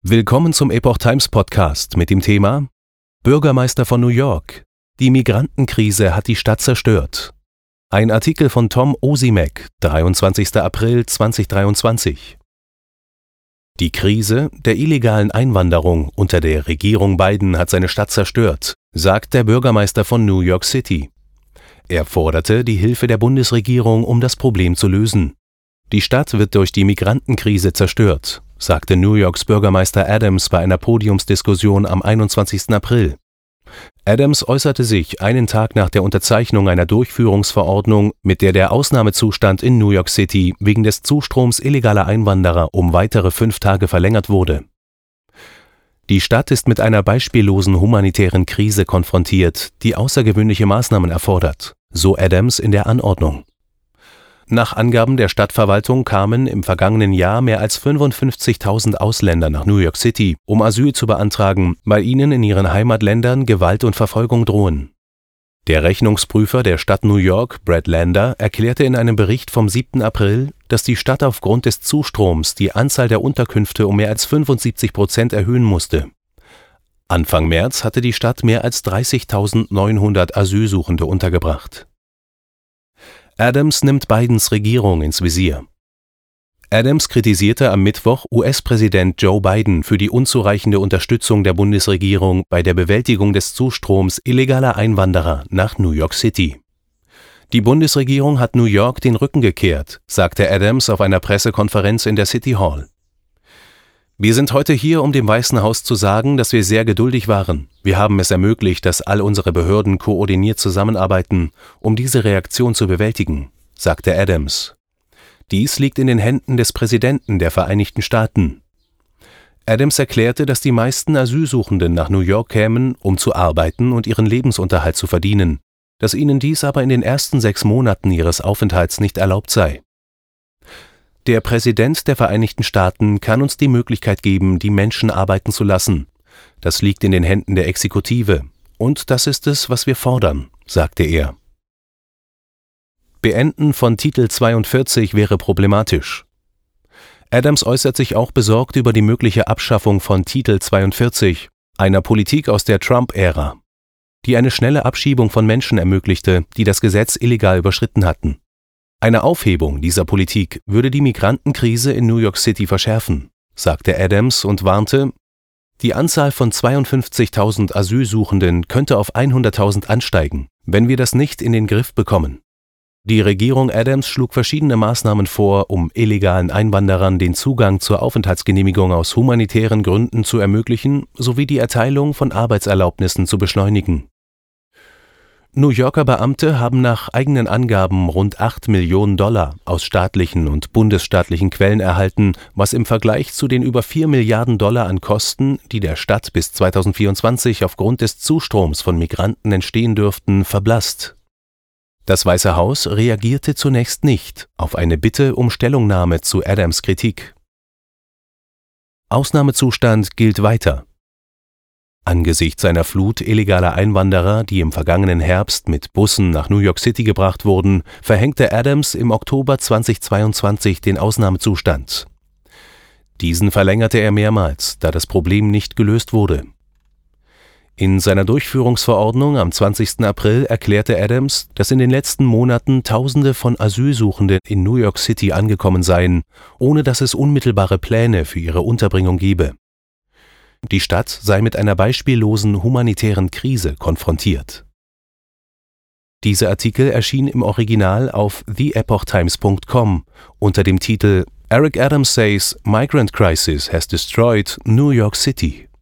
Willkommen zum Epoch Times Podcast mit dem Thema Bürgermeister von New York. Die Migrantenkrise hat die Stadt zerstört. Ein Artikel von Tom Osimek, 23. April 2023. Die Krise der illegalen Einwanderung unter der Regierung Biden hat seine Stadt zerstört, sagt der Bürgermeister von New York City. Er forderte die Hilfe der Bundesregierung, um das Problem zu lösen. Die Stadt wird durch die Migrantenkrise zerstört, sagte New Yorks Bürgermeister Adams bei einer Podiumsdiskussion am 21. April. Adams äußerte sich einen Tag nach der Unterzeichnung einer Durchführungsverordnung, mit der der Ausnahmezustand in New York City wegen des Zustroms illegaler Einwanderer um weitere 5 Tage verlängert wurde. Die Stadt ist mit einer beispiellosen humanitären Krise konfrontiert, die außergewöhnliche Maßnahmen erfordert, so Adams in der Anordnung. Nach Angaben der Stadtverwaltung kamen im vergangenen Jahr mehr als 55.000 Ausländer nach New York City, um Asyl zu beantragen, weil ihnen in ihren Heimatländern Gewalt und Verfolgung drohen. Der Rechnungsprüfer der Stadt New York, Brad Lander, erklärte in einem Bericht vom 7. April, dass die Stadt aufgrund des Zustroms die Anzahl der Unterkünfte um mehr als 75% erhöhen musste. Anfang März hatte die Stadt mehr als 30.900 Asylsuchende untergebracht. Adams nimmt Bidens Regierung ins Visier. Adams kritisierte am Mittwoch US-Präsident Joe Biden für die unzureichende Unterstützung der Bundesregierung bei der Bewältigung des Zustroms illegaler Einwanderer nach New York City. Die Bundesregierung hat New York den Rücken gekehrt, sagte Adams auf einer Pressekonferenz in der City Hall. Wir sind heute hier, um dem Weißen Haus zu sagen, dass wir sehr geduldig waren. Wir haben es ermöglicht, dass all unsere Behörden koordiniert zusammenarbeiten, um diese Reaktion zu bewältigen, sagte Adams. Dies liegt in den Händen des Präsidenten der Vereinigten Staaten. Adams erklärte, dass die meisten Asylsuchenden nach New York kämen, um zu arbeiten und ihren Lebensunterhalt zu verdienen, dass ihnen dies aber in den ersten 6 Monaten ihres Aufenthalts nicht erlaubt sei. Der Präsident der Vereinigten Staaten kann uns die Möglichkeit geben, die Menschen arbeiten zu lassen. Das liegt in den Händen der Exekutive. Und das ist es, was wir fordern, sagte er. Beenden von Titel 42 wäre problematisch. Adams äußert sich auch besorgt über die mögliche Abschaffung von Titel 42, einer Politik aus der Trump-Ära, die eine schnelle Abschiebung von Menschen ermöglichte, die das Gesetz illegal überschritten hatten. Eine Aufhebung dieser Politik würde die Migrantenkrise in New York City verschärfen, sagte Adams und warnte, die Anzahl von 52.000 Asylsuchenden könnte auf 100.000 ansteigen, wenn wir das nicht in den Griff bekommen. Die Regierung Adams schlug verschiedene Maßnahmen vor, um illegalen Einwanderern den Zugang zur Aufenthaltsgenehmigung aus humanitären Gründen zu ermöglichen, sowie die Erteilung von Arbeitserlaubnissen zu beschleunigen. New Yorker Beamte haben nach eigenen Angaben rund $8 Millionen aus staatlichen und bundesstaatlichen Quellen erhalten, was im Vergleich zu den über $4 Milliarden an Kosten, die der Stadt bis 2024 aufgrund des Zustroms von Migranten entstehen dürften, verblasst. Das Weiße Haus reagierte zunächst nicht auf eine Bitte um Stellungnahme zu Adams' Kritik. Ausnahmezustand gilt weiter. Angesichts einer Flut illegaler Einwanderer, die im vergangenen Herbst mit Bussen nach New York City gebracht wurden, verhängte Adams im Oktober 2022 den Ausnahmezustand. Diesen verlängerte er mehrmals, da das Problem nicht gelöst wurde. In seiner Durchführungsverordnung am 20. April erklärte Adams, dass in den letzten Monaten Tausende von Asylsuchenden in New York City angekommen seien, ohne dass es unmittelbare Pläne für ihre Unterbringung gebe. Die Stadt sei mit einer beispiellosen humanitären Krise konfrontiert. Dieser Artikel erschien im Original auf theepochtimes.com unter dem Titel Eric Adams says Migrant Crisis has destroyed New York City.